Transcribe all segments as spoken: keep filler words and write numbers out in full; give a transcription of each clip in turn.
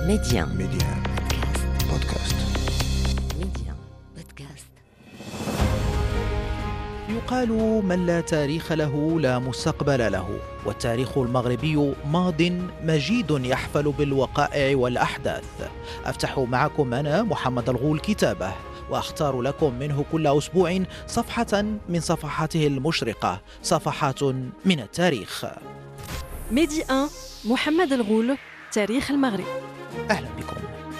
ميديان ميديان بودكاست. ميديان بودكاست. يقال من لا تاريخ له لا مستقبل له، والتاريخ المغربي ماض مجيد يحفل بالوقائع والأحداث. أفتح معكم أنا محمد الغول كتابه، وأختار لكم منه كل أسبوع صفحة من صفحاته المشرقة، صفحات من التاريخ. ميدي واحد محمد الغول، تاريخ المغرب. أهلا بكم.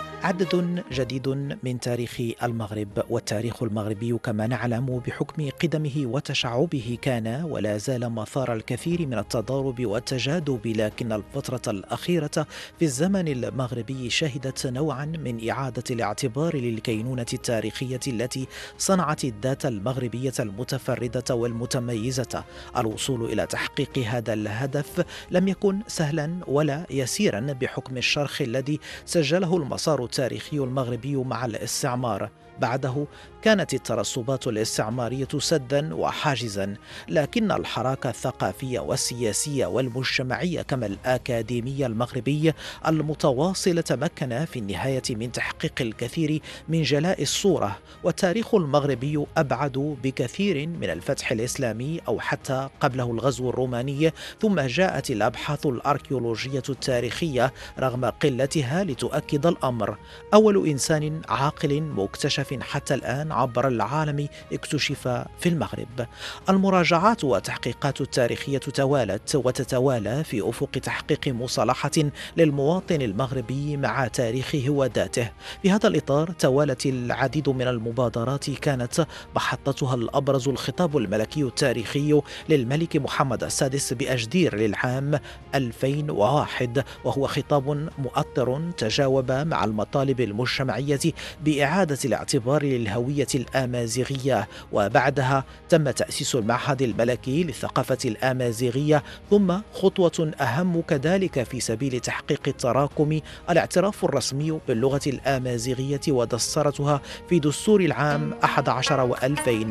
عدد جديد من تاريخ المغرب، والتاريخ المغربي كما نعلم بحكم قدمه وتشعبه كان ولا زال مثار الكثير من التضارب والتجاذب، لكن الفترة الأخيرة في الزمن المغربي شهدت نوعا من إعادة الاعتبار للكينونة التاريخية التي صنعت الذات المغربية المتفردة والمتميزة. الوصول إلى تحقيق هذا الهدف لم يكن سهلا ولا يسيرا بحكم الشرخ الذي سجله المسار التاريخي المغربي مع الاستعمار. بعده كانت الترسبات الاستعمارية سدا وحاجزا، لكن الحراك الثقافية والسياسية والمجتمعية كما الأكاديمية المغربي المتواصل تمكن في النهاية من تحقيق الكثير من جلاء الصورة. والتاريخ المغربي أبعد بكثير من الفتح الإسلامي أو حتى قبله الغزو الروماني، ثم جاءت الأبحاث الأركيولوجية التاريخية رغم قلتها لتؤكد الأمر. أول إنسان عاقل مكتشف حتى الآن عبر العالم اكتشف في المغرب. المراجعات والتحقيقات التاريخية توالت وتتوالى في أفق تحقيق مصالحة للمواطن المغربي مع تاريخه وذاته. في هذا الإطار توالت العديد من المبادرات، كانت محطتها الأبرز الخطاب الملكي التاريخي للملك محمد السادس بأجدير للعام ألفين وواحد، وهو خطاب مؤثر تجاوب مع المطالب المجتمعية بإعادة الاعتبار للهوية الآمازيغية. وبعدها تم تأسيس المعهد الملكي للثقافة الآمازيغية، ثم خطوة أهم كذلك في سبيل تحقيق التراكم الاعتراف الرسمي باللغة الآمازيغية ودسترتها في دستور العام أحد عشر وألفين.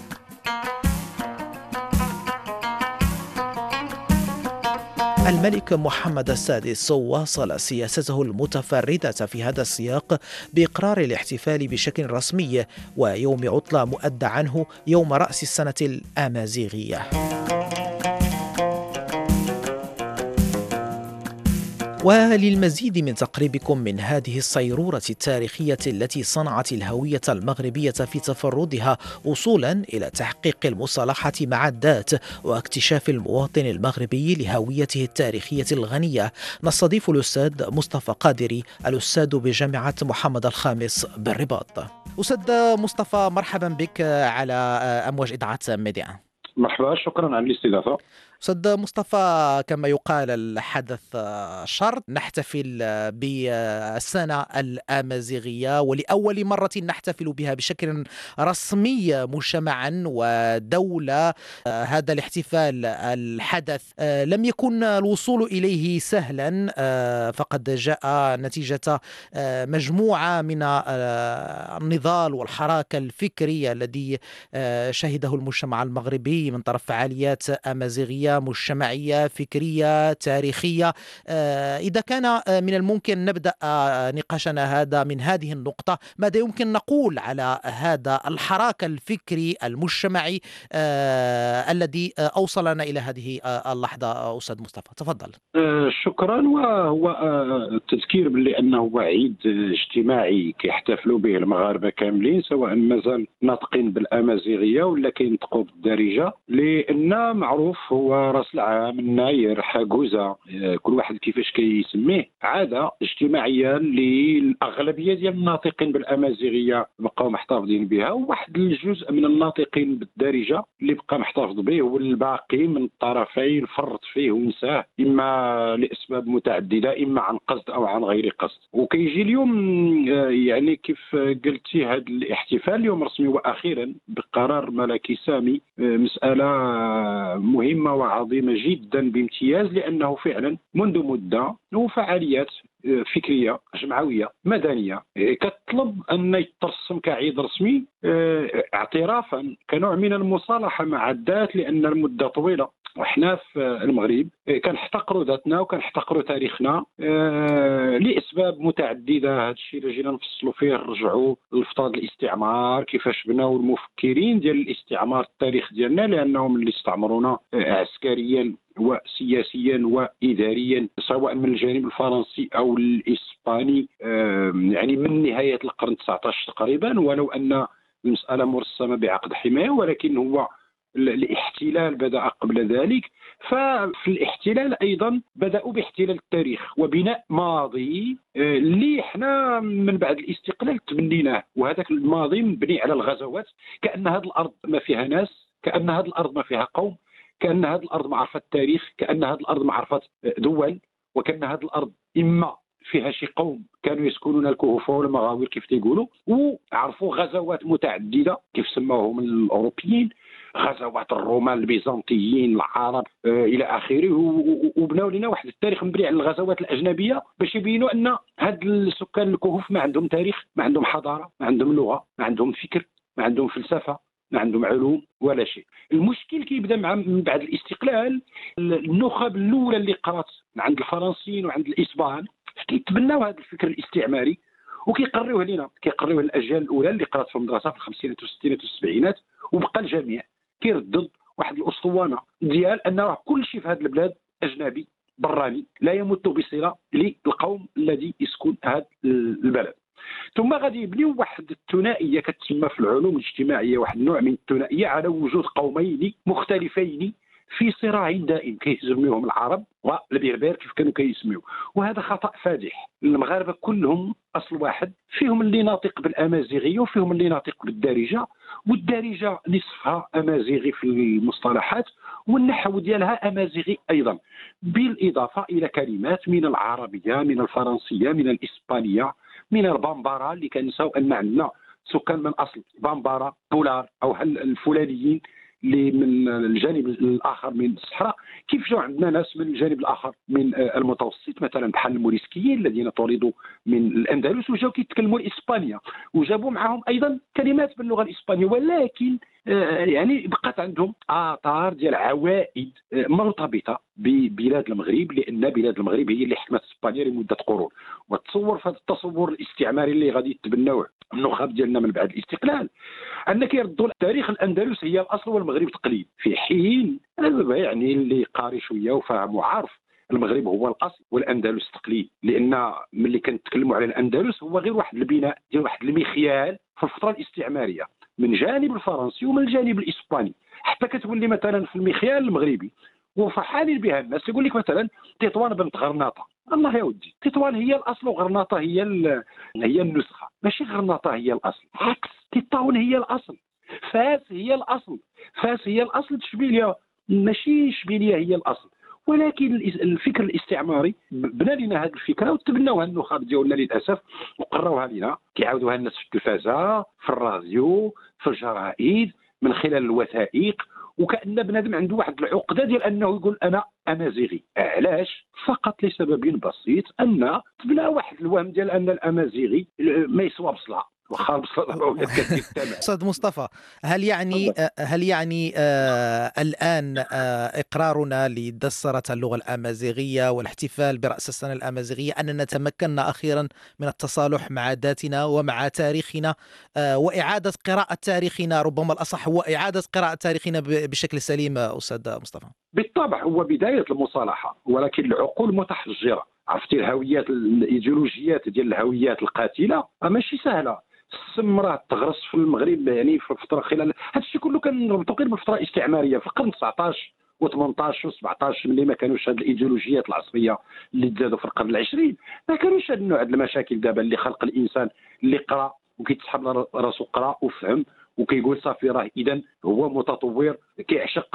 الملك محمد السادس واصل سياسته المتفردة في هذا السياق بإقرار الاحتفال بشكل رسمي ويوم عطلة مؤدى عنه يوم رأس السنة الآمازيغية. وللمزيد من تقريبكم من هذه الصيرورة التاريخية التي صنعت الهوية المغربية في تفردها وصولا إلى تحقيق المصالحة مع الذات واكتشاف المواطن المغربي لهويته التاريخية الغنية، نستضيف الأستاذ مصطفى قادري، الأستاذ بجامعة محمد الخامس بالرباط. أستاذ مصطفى، مرحبا بك على أمواج إذاعة ميديا. مرحبا، شكرا على الاستضافة. أستاذ مصطفى، كما يقال الحدث شرط، نحتفل بالسنة الآمازيغية ولأول مرة نحتفل بها بشكل رسمي مجتمعا ودولة. هذا الاحتفال الحدث لم يكن الوصول إليه سهلا، فقد جاء نتيجة مجموعة من النضال والحراك الفكري الذي شهده المجتمع المغربي من طرف فعاليات آمازيغية مجتمعية فكرية تاريخية. إذا كان من الممكن نبدأ نقاشنا هذا من هذه النقطة، ماذا يمكن نقول على هذا الحراك الفكري المجتمعي الذي أوصلنا إلى هذه اللحظة؟ أستاذ مصطفى تفضل. شكرا. وهو التذكير بأنه عيد اجتماعي كيحتفلوا به المغاربة كاملين، سواء مازال ناطقين بالآمازيغية ولا كينطقوا بالدارجة، لأن معروف هو راس العام ناير حاجوزة، كل واحد كيفاش كيسميه، عادة اجتماعية للأغلبية ديال الناطقين بالأمازيغية بقاو محتفظين بها، وواحد الجزء من الناطقين بالدارجة اللي بقى محتفظ به، والباقي من الطرفين فرط فيه ونساه، إما لأسباب متعددة، إما عن قصد أو عن غير قصد. وكيجي اليوم يعني كيف قلتي هذا الاحتفال اليوم رسمي وأخيرا بقرار ملكي سامي، مسألة مهمة وعظيمة جدا بامتياز، لأنه فعلا منذ مدة له فعاليات فكرية جمعوية مدنية كتطلب أن يترسم كعيد رسمي، اعترافا كنوع من المصالحة مع الذات، لأن المدة طويلة وحنا في المغرب كنحتقروا ذاتنا وكنحتقروا تاريخنا آه لاسباب متعدده. هذا الشيء اللي جينا نفصلوا فيه نرجعوا لفترة الاستعمار، كيفاش بناو المفكرين ديال الاستعمار التاريخ ديالنا، لانهم اللي استعمرونا عسكريا وسياسيا واداريا سواء من الجانب الفرنسي او الاسباني آه يعني من نهايه القرن التاسع عشر تقريبا، ولو ان المساله مرسمه بعقد حمايه، ولكن هو الاحتلال بدأ قبل ذلك. ففي الاحتلال أيضا بدأوا باحتلال التاريخ وبناء ماضي اللي احنا من بعد الاستقلال تبنيناه، وهذاك الماضي مبني على الغزوات، كأن هذه الأرض ما فيها ناس، كأن هذه الأرض ما فيها قوم، كأن هذه الأرض معرفة التاريخ، كأن هذه الأرض معرفة دول، وكأن هذه الأرض إما فيها شي قوم كانوا يسكنون الكهوف والمغاوير كيف تيقولوا، وعرفوا غزوات متعددة كيف سموهم الأوروبيين، غزوات الرومان البيزنطيين العرب آه الى اخره، وبناو لنا واحد التاريخ مبني على الغزوات الاجنبيه باش يبينوا ان هاد السكان الكهوف ما عندهم تاريخ، ما عندهم حضاره، ما عندهم لغه، ما عندهم فكر، ما عندهم فلسفه، ما عندهم علوم ولا شيء. المشكل كيبدا مع من بعد الاستقلال، النخب الاولى اللي قرات عند الفرنسيين وعند الاسبان كيتبناو هذا الفكر الاستعماري وكيقريوه لنا، كيقريوه الاجيال الاولى اللي قرات في المدرسه في الخمسينات والستينات والسبعينات، وبقى الجميع كيردد واحد الاسطوانه ديال ان راه كل شيء في هذه البلاد اجنبي براني لا يمت بصله للقوم الذي يسكن هذا البلد. ثم غادي يبنيو واحد الثنائيه كتسمى في العلوم الاجتماعيه، واحد النوع من الثنائيه على وجود قومين مختلفين في صراع دائم كيسميوهم العرب والبربر كيف كانوا كيسميو، وهذا خطا فادح. المغاربه كلهم اصل واحد، فيهم اللي ناطق بالامازيغيه وفيهم اللي ناطق بالدارجه، والدارجه نصفها امازيغي في المصطلحات والنحو ديالها امازيغي ايضا، بالاضافه الى كلمات من العربيه، من الفرنسيه، من الاسبانيه، من البامبارا اللي كنساو ان عندنا سكان من اصل بامبارا بولار او الفلانيين اللي من الجانب الاخر من الصحراء، كيف جاء عندنا ناس من الجانب الاخر من المتوسط مثلا بحال الموريسكيين الذين طردوا من الاندلس وجاوا كيتكلموا الاسبانيه، وجابوا معهم ايضا كلمات باللغه الاسبانيه، ولكن يعني بقات عندهم اثار ديال عوائد مرتبطه ببلاد المغرب، لان بلاد المغرب هي اللي حكمت اسبانيا لمده قرون. وتصور في هذا التصور الاستعماري اللي غادي يتبناوه النخب ديالنا من بعد الاستقلال ان كيردوا تاريخ الاندلس هي الاصل والمغرب تقليد، في حين يعني اللي قاري شويه وفاهم وعارف المغرب هو الاصل والاندلس تقليد، لان ملي كنتكلموا على الاندلس هو غير واحد البناء ديال واحد المخيال في الفتره الاستعماريه من جانب الفرنسي ومن الجانب الاسباني، حتى كتولي مثلا في المخيال المغربي وفحال بها الناس يقول لك مثلا تطوان بنت غرناطه. الله يا ودي، تطوان هي الاصل وغرناطه هي هي النسخه، ماشي غرناطه هي الاصل، عكس، تطاون هي الاصل، فاس هي الاصل، فاس هي الاصل، اشبيليه ماشي اشبيليه هي الاصل. ولكن الفكر الاستعماري بنى لنا هذه الفكره وتبناوها النخب ديالنا للاسف وقراوها لنا، كيعاودوها الناس في التلفازه، في الراديو، في الجرائد، من خلال الوثائق، وكأن بنادم عنده واحد العقده ديال انه يقول انا امازيغي. علاش؟ فقط لسبب بسيط، ان تبنى واحد الوهم ديال ان الامازيغي ما يسوى بصله وخا بصله استاذ مصطفى، هل يعني هل يعني آه الان آه اقرارنا لدسره اللغه الامازيغيه والاحتفال براس السنه الامازيغيه اننا تمكنا اخيرا من التصالح مع ذاتنا ومع تاريخنا آه واعاده قراءه تاريخنا، ربما الاصح هو اعاده قراءه تاريخنا بشكل سليم استاذ مصطفى؟ بالطبع هو بدايه المصالحه، ولكن العقول متحجره، عرفتي الهويات الايديولوجيات ديال الهويات القاتله ماشي سهله. السمرة تغرس في المغرب يعني في فتره خلال هذا الشيء كله كنربطو غير بالفتره الاستعماريه في القرن تسعطاش وثمنطاش وسبعطاش، ملي ما كانوش هذه الايديولوجيات العصبيه اللي تزادوا في القرن العشرين، ما كانوش هذا النوع ديال المشاكل دابا اللي خلق الانسان اللي قرا وكيتسحب راسو قرا وفهم وكيقول صافي راه اذا هو متطور كيعشق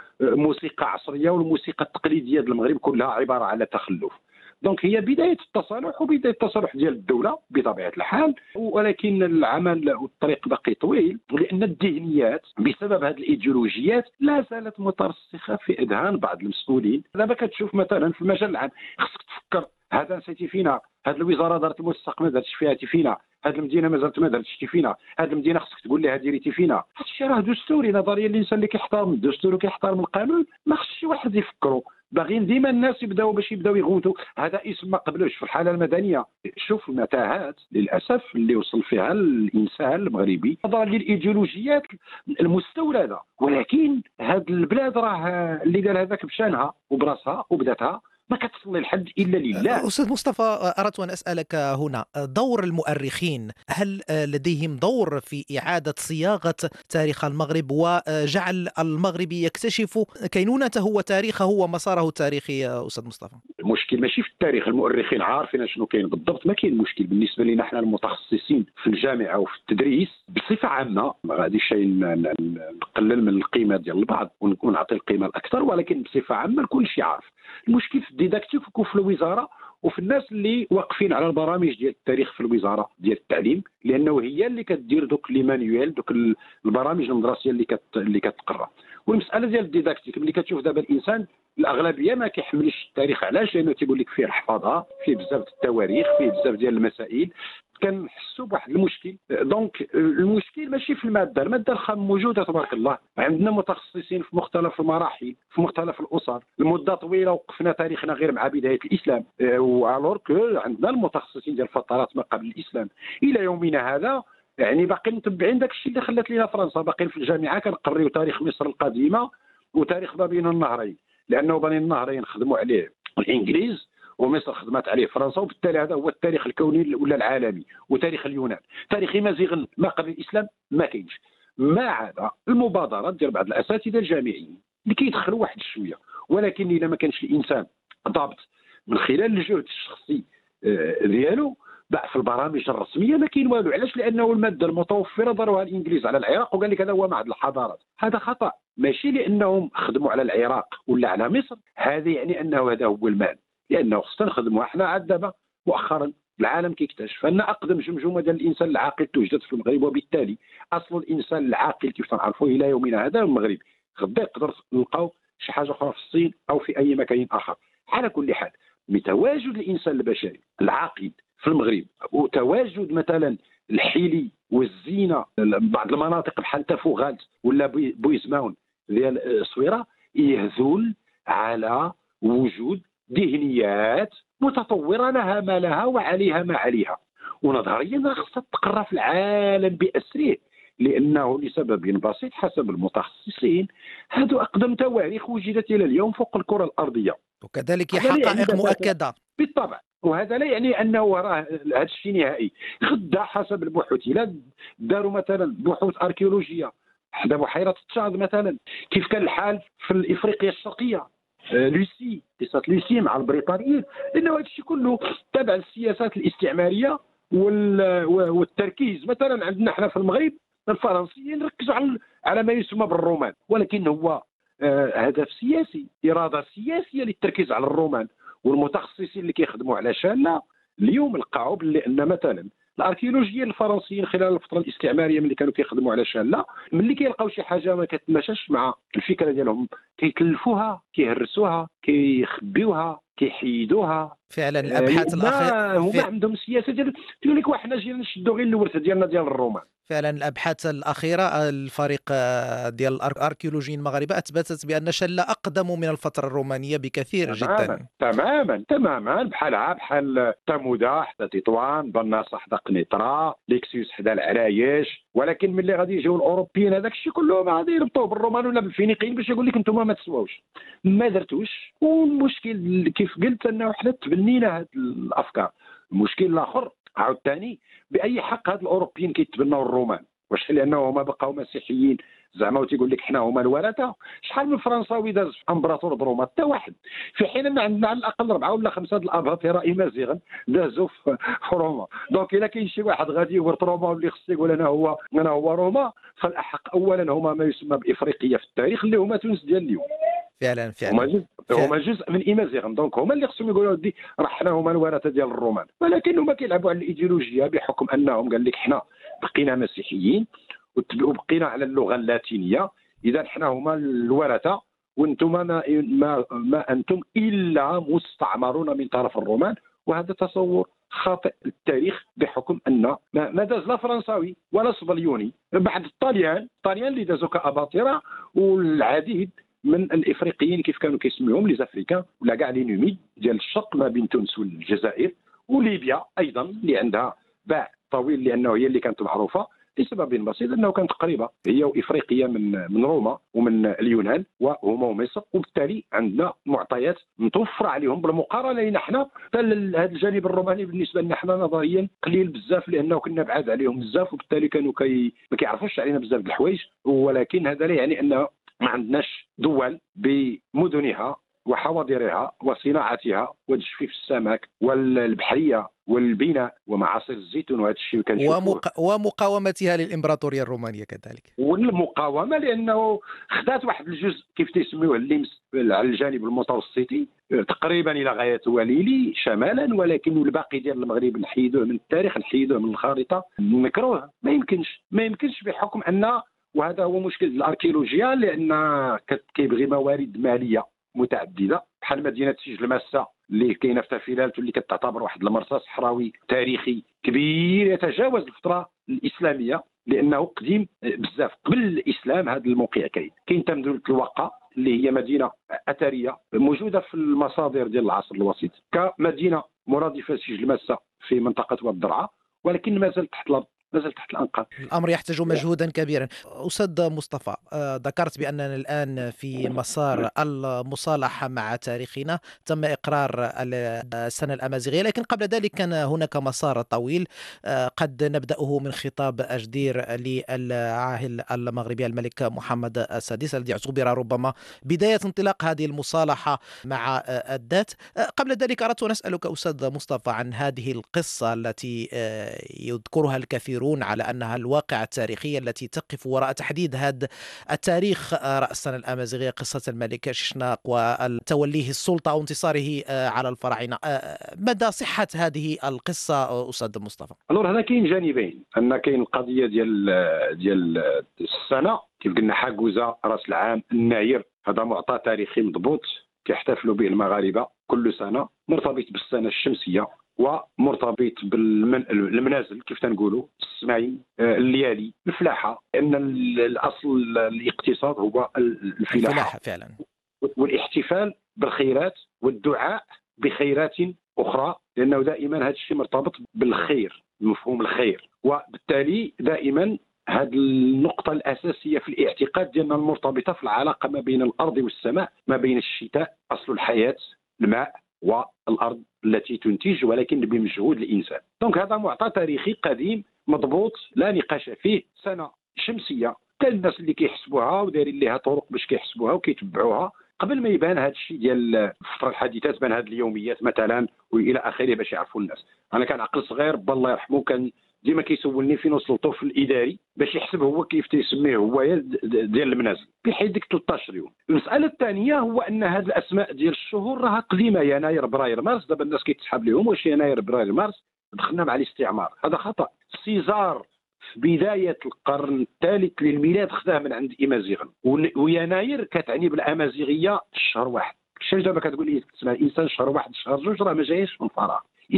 موسيقى عصريه، والموسيقى التقليديه ديال المغرب كلها عباره على تخلف. دونك هي بدايه التصالح وبدايه التصالح ديال الدوله بطبيعه الحال، ولكن العمل والطريق باقي طويل، لان الذهنيات بسبب هذه الايديولوجيات لا زالت مترسخه في اذهان بعض المسؤولين. دابا كتشوف مثلا في المجال العام خصك تفكر، هذا نسيتي فينا، هذه الوزاره دارت المستقبل ما دارتش فيها فينا، هذه المدينه مازالت ما درتش فينا، هذه المدينه خصك تقول لها ديريتي فينا. هذا الشيء راه دستوري، نظريا الانسان اللي كيحترم الدستور وكيحترم القانون ما خصش شي واحد يفكروا. باغيين ديما الناس يبداو باش يبداو يغوتوا، هذا اسم ما قبلوش في الحاله المدنيه. شوف المتاهات للاسف اللي وصل فيها الانسان المغربي نظرا للايديولوجيات المستورده، ولكن هذه البلاد راه اللي قال هذاك بشانها وبراسها وبذاتها ما كتصلي لحد الا لله. أستاذ مصطفى، أردت أن أسألك هنا دور المؤرخين، هل لديهم دور في إعادة صياغة تاريخ المغرب وجعل المغرب يكتشف كينونته وتاريخه ومساره التاريخي يا أستاذ مصطفى؟ المشكل ماشي في التاريخ، المؤرخين عارفين شنو كاين بالضبط، ما كاين مشكل بالنسبه لنا احنا المتخصصين في الجامعه وفي التدريس بصفه عامه. ما غاديش نقلل من القيمه ديال البعض ونعطي القيمه الاكثر، ولكن بصفه عامه الكل شيء عارف. المشكل في الديداكتيك وفي الوزاره وفي الناس اللي واقفين على البرامج ديال التاريخ في الوزاره ديال التعليم، لانه هي اللي كدير دوك لي مانيوال، دوك البرامج المدرسيه اللي كت اللي كتقرا. والمساله ديال الديداكتيك ملي كتشوف دابا الانسان الاغلبيه ما كيحملش التاريخ. علاش؟ لانه تيقول لك فيه الحفاظه، فيه بزاف د التواريخ، فيه بزاف ديال المسائل. كنحسوا بواحد المشكل. دونك المشكل ماشي في الماده، الماده الخام موجوده تبارك الله، عندنا متخصصين في مختلف المراحل في مختلف الاسر، لمده طويله وقفنا تاريخنا غير مع بدايه الاسلام، والور كو عندنا المتخصصين ديال فترات ما قبل الاسلام الى يومنا هذا. يعني باقي متبعين داك الشيء اللي خلات لنا فرنسا، باقيين في الجامعه كنقريو تاريخ مصر القديمه وتاريخ ما بين النهرين، لانه بين النهرين خدموا عليه الانجليز ومصر خدمت عليه فرنسا، وبالتالي هذا هو التاريخ الكوني ولا العالمي. وتاريخ اليونان، تاريخ مازيغ ما قبل الاسلام ما كاينش، ما عدا المبادرات ديال بعض الاساتذه الجامعيين اللي كيدخلوا واحد شويه. ولكن اذا ما كانش الانسان ضابط من خلال الجهد الشخصي ديالو في البرامج الرسميه ما كاين والو. علاش؟ لانه الماده المتوفره ضروها الانجليز على العراق وقال لك هذا هو معهد الحضارات. هذا خطا، ماشي لانهم خدموا على العراق ولا على مصر هذا يعني انه هذا هو المال، لانه خصنا نخدموا احنا. عاد دابا مؤخرا العالم كيكتشف ان اقدم جمجمه ديال الانسان العاقل توجدت في المغرب، وبالتالي اصل الانسان العاقل كيف تنعرفوا الى يومنا هذا المغرب. غدا يقدر نلقاو شي حاجه اخرى في الصين او في اي مكان اخر. على كل حال بتواجد الانسان البشري العاقل في المغرب وتواجد مثلا الحيلي والزينه بعض المناطق بحال تافوغالت ولا بويزماون ديال الصويره يهزل على وجود ذهنيات متطوره لها ما لها وعليها ما عليها، ونظريا خصها تقرا في العالم باسره، لانه لسبب بسيط حسب المتخصصين هذو اقدم تواريخ وجدت الى اليوم فوق الكره الارضيه، وكذلك حقائق مؤكده بالطبع. وهذا لا يعني انه راه هذا الشيء نهائي. غدا حسب البحوث الا داروا مثلا بحوث اركيولوجيه حدا بحيره تشاد مثلا كيف كان الحال في افريقيا الشرقيه، لوسي قصه لوسي مع البريطانيين، لانه هذا الشيء كله تبع السياسات الاستعماريه والتركيز. مثلا عندنا احنا في المغرب الفرنسيين ركزوا على على ما يسمى بالرومان، ولكن هو هدف سياسي، اراده سياسيه للتركيز على الرومان. والمتخصصين اللي كيخدموا على شاننا اليوم لقاو باللي ان مثلا الاركيولوجيين الفرنسيين خلال الفتره الاستعماريه ملي كانوا كيخدموا على شاننا، ملي كيلقاو شي حاجه ما كتماشاش مع الفكره ديالهم كيتلفوها، كيهرسوها، كيخبيوها، كيحيدوها. فعلا الابحاث الاخيره هما في... عندهم سياسه ديال تقول لك وحنا جينا نشدوا غير الورثه ديالنا ديال الرومان. فعلا الابحاث الاخيره الفريق ديال الاركيولوجيين المغاربه اثبتت بان شله اقدم من الفتره الرومانيه بكثير تماماً جدا. تماما تماما بحالها بحال تمودا حتى تطوان، بناصه حدا قنيطره، ليكسيوس حدا العرايش. ولكن ملي غادي يجيو الاوروبيين هذاك الشيء كله ما غادي يربطوه بالرومان ولا بالفينيقيين باش يقول لك انتم ما تسواوش، ما درتوش. والمشكل كيف قلت انه حنا تبنينا هذه الافكار. المشكل الاخر عاوتاني باي حق هاد الاوروبيين كيتبناو الرومان؟ واش لانه هما بقاو مسيحيين زعما وتيقول لك حنا هما الورثه؟ شحال من فرنساوي داز في امبراطور روما؟ حتى واحد. في حين ان عندنا على الاقل اربعه ولا خمسه د الاباطره مازيغا دازوا في روما. دونك الا كاين شي واحد غادي يورث روما واللي خصو يقول انا هو انا هو روما، فالاحق اولا هما ما يسمى بافريقيا في التاريخ اللي هما تونس ديال اليوم. فعلا فعلا هما جزء هما جزء من ايمازيغ، دونك هما اللي خصهم يقولوا ودي راه حنا هما الورثه ديال الرومان. ولكن هما كيلعبوا على الايديولوجيا بحكم انهم قال لك حنا بقينا مسيحيين وبقينا على اللغه اللاتينيه، اذا حنا هما الورثه وانتم ما, ما, ما انتم الا مستعمرون من طرف الرومان. وهذا تصور خاطئ التاريخ بحكم ان ما, ما داز لا فرنساوي ولا صبليوني بعد الطليان الطليان اللي دازوا كاباطره والعديد من الافريقيين كيف كانوا كيسميوهم لي افريكان ولا كاع لي نوميد ديال الشرق ما بين تونس والجزائر وليبيا ايضا اللي عندها باع طويل لانه هي اللي كانت معروفه لسبب بسيط انه كانت قريبه هي وافريقيا من من روما ومن اليونان وهما ومصر، وبالتالي عندنا معطيات متوفره عليهم بالمقارنه لنا حنا. هذا الجانب الروماني بالنسبه لنا حنا نظريا قليل بزاف لانه كنا بعاد عليهم بزاف وبالتالي كانوا كي ما كيعرفوش علينا بزاف د الحوايج، ولكن هذا لا يعني انه ما عندناش دول بمدنها وحواضرها وصناعتها وتجفيف السمك والبحريه والبناء ومعاصر الزيتون وهذا الشيء كنشوفوه ومق... ومقاومتها للامبراطوريه الرومانيه كذلك. والمقاومه لانه خدات واحد الجزء كيف تسميوه اللمس على الجانب المتوسطي تقريبا الى غايه وليلي شمالا، ولكن الباقي ديال المغرب نحيدوه من التاريخ نحيدوه من الخارطه نكروه. ما يمكنش ما يمكنش بحكم ان وهذا هو مشكل الاركيولوجيا لان كيبغي موارد ماليه متعدده بحال مدينه سجل الماسه اللي كاينه في تافيلالت واللي كتعتبر واحد المرصى صحراوي تاريخي كبير يتجاوز الفتره الاسلاميه لانه قديم بزاف. قبل الاسلام هذا الموقع كاين كاين تمدينه الواقه اللي هي مدينه اثريه موجوده في المصادر ديال العصر الوسيط كمدينه مرادفه لسجل الماسه في منطقه واد الدرعا، ولكن ما زالت تحت الارض نزل تحت الأنقاض. الأمر يحتاج مجهودا كبيرا. أستاذ مصطفى، ذكرت بأننا الآن في مسار المصالحة مع تاريخنا، تم إقرار السنة الأمازيغية، لكن قبل ذلك كان هناك مسار طويل قد نبدأه من خطاب أجدير للعاهل المغربي الملك محمد السادس الذي اعتبر ربما بداية انطلاق هذه المصالحة مع الذات. قبل ذلك أردت أن أسألك أستاذ مصطفى عن هذه القصة التي يذكرها الكثير على أنها الواقعة التاريخية التي تقف وراء تحديد هذا التاريخ رأسا الأمازيغية، قصة الملك شيشناق وتوليه السلطة أو انتصاره على الفراعنة. مدى صحة هذه القصة أستاذ مصطفى؟ الور هذا كاين جانبين، أن كاين القضية ديال ديال السنة كيف قلنا حاجوزة رأس العام الناير، هذا معطى تاريخي مضبوط كيحتفلوا به المغاربة كل سنة مرتبط بالسنة الشمسية ومرتبط بالمنازل كيف تنقولوا السماعين الليالي الفلاحه، ان الاصل الاقتصاد هو الفلاحه, الفلاحة فعلا، والاحتفال بالخيرات والدعاء بخيرات اخرى لانه دائما هذا الشيء مرتبط بالخير مفهوم الخير، وبالتالي دائما هذه النقطة الأساسية في الاعتقاد ديالنا المرتبطة في العلاقة ما بين الأرض والسماء، ما بين الشتاء أصل الحياة الماء والأرض التي تنتج ولكن بمجهود الإنسان. دونك هذا معطى تاريخي قديم مضبوط لا نقاش فيه، سنة شمسية كان الناس اللي كيحسبوها ودايرين لها طرق باش كيحسبوها وكيتبعوها قبل ما يبان هذا الشيء ديال الفترة الحديثة، تبان هذه اليوميات مثلا والى اخره باش يعرفوا الناس. انا كان عقل صغير با الله يرحمه كان ديما كيسولني فين وصلتوا في الاداري باش يحسب هو كيف تيسميه هو ديال المنازل بحيث ديك ثلاثة عشر يوم. المساله الثانيه هو ان هذه الاسماء ديال الشهور راها قديمه، يناير براير مارس، دابا الناس كيتسحب لهم واش يناير براير مارس دخلنا مع الاستعمار، هذا خطا. سيزار في بدايه القرن الثالث للميلاد خداه من عند امازيغ، ويناير كتعني بالامازيغيه الشهر واحد. شنو دابا كتقول لي تسمع الانسان شهر واحد شهر جوج راه ما جايش من فراغ.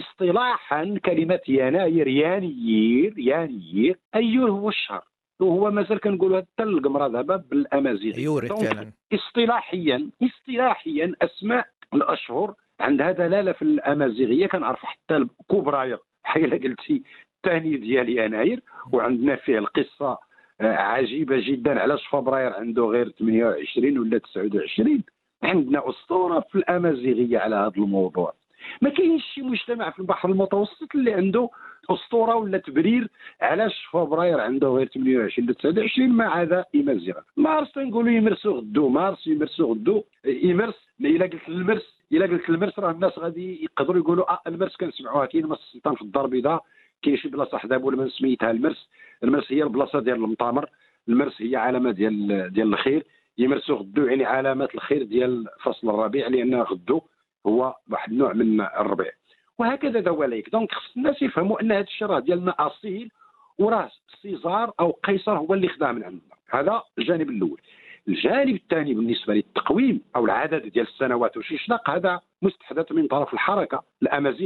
اصطلاحا كلمه يناير يانيير يانيير ايور هو الشهر، وهو مازال كنقولوا حتى القمره دابا بالامازيغ يوري فعلا. اصطلاحيا اصطلاحيا اسماء الاشهر عندها دلاله في الامازيغيه، كنعرف حتى الكبراير بحال قلتي الثاني ديال يناير، وعندنا فيه القصه عجيبه جدا علاش فبراير عنده غير ثمانية وعشرين ولا تسعة وعشرين. عندنا اسطوره في الامازيغيه على هذا الموضوع. ما كاينش شي مجتمع في البحر المتوسط اللي عنده اسطوره ولا تبرير علاش فبراير عنده غير ثمانية وعشرين ولا تسعة وعشرين ما عدا امازيغ. مارس تنقولوا يمرسوا غدو مارس يمرسوا غدو يمرس. الا قلت المرس الا قلت المرس راه الناس غادي يقدروا يقولوا اه المرس كنسمعوها كاين مس السلطان في الدار البيضاء، كاين شي بلاصه حدا بولمن سميتها المرس. المرس هي البلاصه ديال المطامر، المرس هي علامه ديال ديال الخير. يمرسوا غدو يعني علامه الخير ديال فصل الربيع لان غدو هو واحد النوع من الربيع، وهكذا دواليك. دونك خص الناس يفهموا ان هذا الشيء راه ديالنا اصيل، وراه سيزار او قيصر هو اللي خداه من عندنا. هذا الجانب الاول. الجانب الثاني بالنسبه للتقويم او العدد ديال السنوات وشيشناق، هذا مستحدث من طرف الحركه الامازيغيه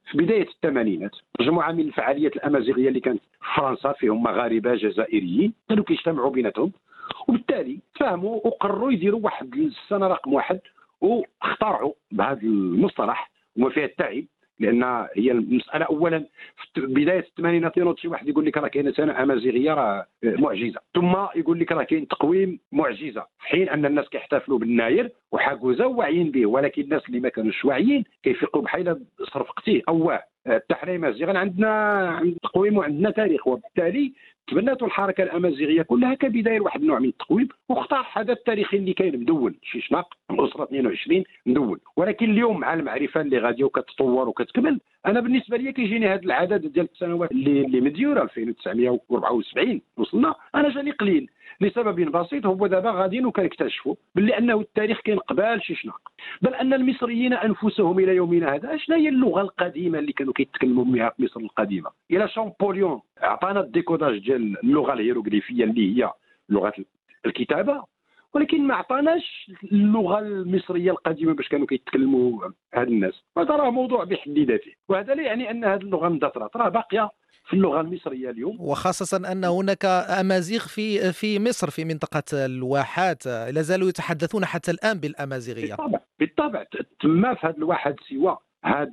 في بدايه الثمانينات مجموعه من الفعاليات الامازيغيه اللي كانت في فرنسا فيهم مغاربه جزائريين كانوا كيجتمعوا بيناتهم، وبالتالي تفاهموا وقرروا يديروا واحد السنه رقم واحد واخترعوا بهذا المصطلح وما فيها التعب، لان هي المساله اولا في بدايه الثمانينات ينوض شي واحد يقول لك راه كاينه سنه امازيغيه راه معجزه، ثم يقول لك راه كاين تقويم معجزه، في حين ان الناس كيحتفلوا بالناير وحاجوزه وواعيين به، ولكن الناس اللي ما كانوش واعيين كيفيقوا بحال صرفقتيه اواه التحرير امازيغي عندنا عند تقويم وعندنا تاريخ، وبالتالي تبنات الحركه الامازيغيه كلها كبدايه لواحد النوع من التقويم واختار هذا التاريخي اللي كاين مدون شيشناق الاسره اثنين وعشرين مدون. ولكن اليوم مع المعرفه اللي غاديه وكتطور وكتكمل، انا بالنسبه لي كيجيني هذا العدد ديال السنوات اللي اللي مديوره ألف وتسعمائة وأربعة وسبعين وصلنا، انا جاني قليل لسبب بسيط، هو دابا غاديين وكنكتشفوا باللي انه التاريخ كاين قبال شيشناق، بل ان المصريين انفسهم الى يومنا هذا شنو هي اللغه القديمه اللي كانوا كيتكلموا بها في مصر القديمه؟ الى شامبوليون اعطانا الديكوداج ديال اللغه الهيروغليفيه اللي هي لغه الكتابه، ولكن ما عطاناش اللغه المصريه القديمه باش كانوا كيتكلموا هاد الناس. هذا راه موضوع بحد ذاته، وهذا لا يعني ان هذه اللغه اندثرت، راه باقيه في اللغه المصريه اليوم، وخاصة أن هناك أمازيغ في في مصر في منطقة الواحات لا زالوا يتحدثون حتى الآن بالأمازيغية. بالطبع بالطبع تما في هذا الواحد سوى هذا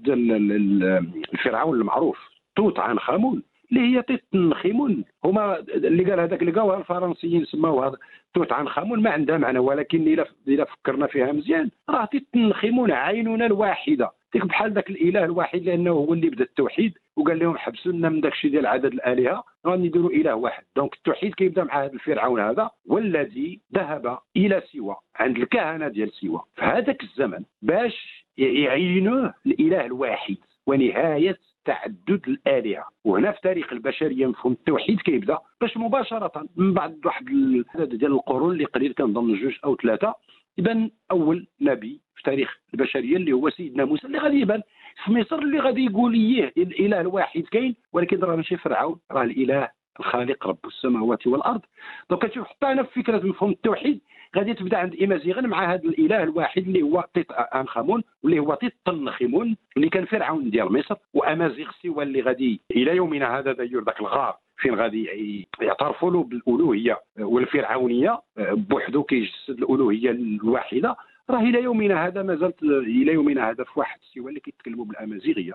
الفرعون المعروف توت عنخ آمون اللي هي تنخيمون، هما اللي قال هذاك اللي قالوها الفرنسيين سماوها هذا توت عنخ آمون، ما عندها معنى، ولكن الا الا فكرنا فيها مزيان راه تنخيمون عيننا الواحده، ديك بحال ذاك الاله الواحد لانه هو اللي بدا التوحيد وقال لهم حبسوا لنا من داك الشيء ديال عدد الالهه غادي نديروا اله واحد. دونك التوحيد كيبدا مع هذا الفرعون هذا، والذي ذهب الى سيوة عند الكهنه ديال سيوة في هذاك الزمن باش يعينوه الاله الواحد ونهايه تعدد الالهه. وهنا في تاريخ البشريه مفهوم التوحيد كيبدا باش مباشره من بعد واحد العدد ديال القرون اللي قليل كنظن جوج او ثلاثه يبان اول نبي في تاريخ البشريه اللي هو سيدنا موسى، اللي غادي يبان في مصر اللي غادي يقول ايه الاله الواحد كاين، ولكن راه ماشي فرعون، راه الاله الخالق رب السماوات والارض. دونك كتشوف حتى انا في فكره مفهوم التوحيد غادي تبدا عند امازيغن مع هذا الاله الواحد اللي هو تيت انخامون واللي هو تيت تنخيمون اللي كان فرعون ديال مصر، وامازيغ سيوا اللي غادي الى يومنا هذا داير ذاك الغار فين غادي يعترفوا له بالالوهيه والفرعونيه بوحدو كيجسد الالوهيه الواحده. راه الى يومنا هذا ما زالت الى يومنا هذا في واحد السيوه اللي كيتكلموا بالامازيغيه،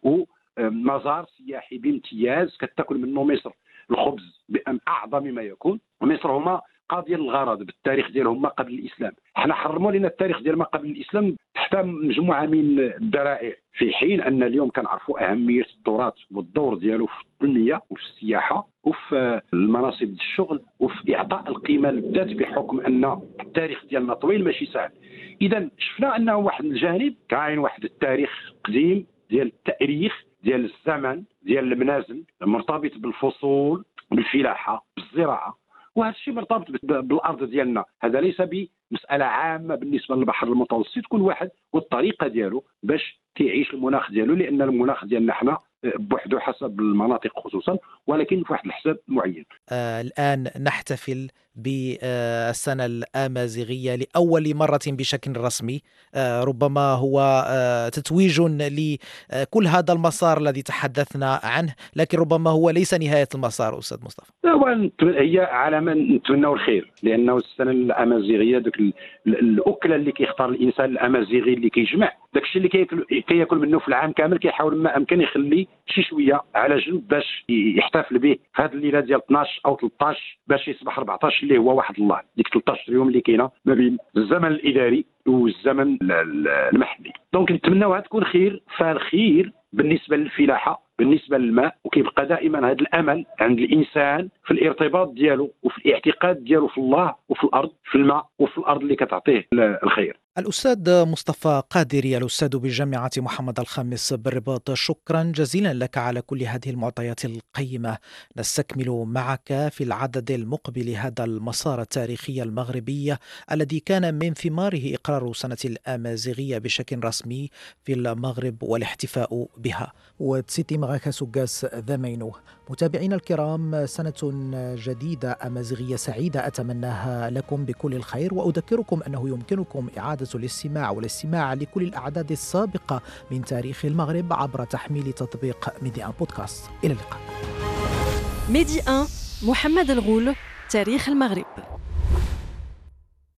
ومزار سياحي بامتياز كتاكل منه مصر الخبز باعظم ما يكون. مصر هما قاضيه الغرض بالتاريخ ديالهم ما قبل الاسلام، حنا حرموا لنا التاريخ ديال ما قبل الاسلام تحت مجموعه من الذرائع، في حين ان اليوم كنعرفوا اهميه التراث والدور ديالو في التنميه وفي السياحه وفي المناصب الشغل وفي اعطاء القيمه للذات، بحكم ان التاريخ ديالنا طويل ماشي سهل. اذا شفنا انه واحد الجانب كاين واحد التاريخ قديم ديال التاريخ ديال الزمن ديال المنازل مرتبط بالفصول بالفلاحه بالزراعه، وهذا الشيء مرتبط بالارض ديالنا. هذا ليس بمساله عامه بالنسبه للبحر المتوسط، كل واحد والطريقه ديالو باش كيعيش المناخ ديالو، لان المناخ ديالنا حنا بوحده حسب المناطق خصوصا، ولكن في واحد الحساب معين. آه الآن نحتفل بالسنة الآمازيغية لأول مرة بشكل رسمي، آه ربما هو آه تتويج لكل هذا المسار الذي تحدثنا عنه، لكن ربما هو ليس نهاية المسار أستاذ مصطفى. هي علامة نتمنوا الخير، لأنه السنة الآمازيغية ديك الأكلة اللي كيختار الإنسان الآمازيغي اللي كيجمع داك الشيء اللي كياكل كياكل منه في العام كامل، كيحاول ما امكن يخلي شي شويه على جنب باش يحتفل به في هذه الليله ديال اثناش او ثلاثطاش باش يصبح أربعطاش اللي هو واحد الله، ديك ثلاثطاش يوم اللي كاينه ما بين الزمن الاداري والزمن المحلي. دونك نتمناوها تكون خير، فالخير بالنسبه للفلاحه بالنسبه للماء، وكيبقى دائما هذا الامل عند الانسان في الارتباط ديالو وفي الاعتقاد ديالو في الله وفي الارض، في الماء وفي الارض اللي كتعطيه الخير. الأستاذ مصطفى قادري الأستاذ بجامعة محمد الخامس بالرباط، شكرا جزيلا لك على كل هذه المعطيات القيمة. نستكمل معك في العدد المقبل هذا المسار التاريخي المغربي الذي كان من ثماره إقرار سنة الآمازيغية بشكل رسمي في المغرب والاحتفاء بها. وتسيتي مغاكا سوغاس ذمينو. متابعينا الكرام، سنة جديدة أمازيغية سعيدة أتمناها لكم بكل الخير، وأذكركم أنه يمكنكم إعادة الاستماع والاستماع لكل الأعداد السابقة من تاريخ المغرب عبر تحميل تطبيق ميدي آن بودكاست. إلى اللقاء. ميدي آن، محمد الغول، تاريخ المغرب.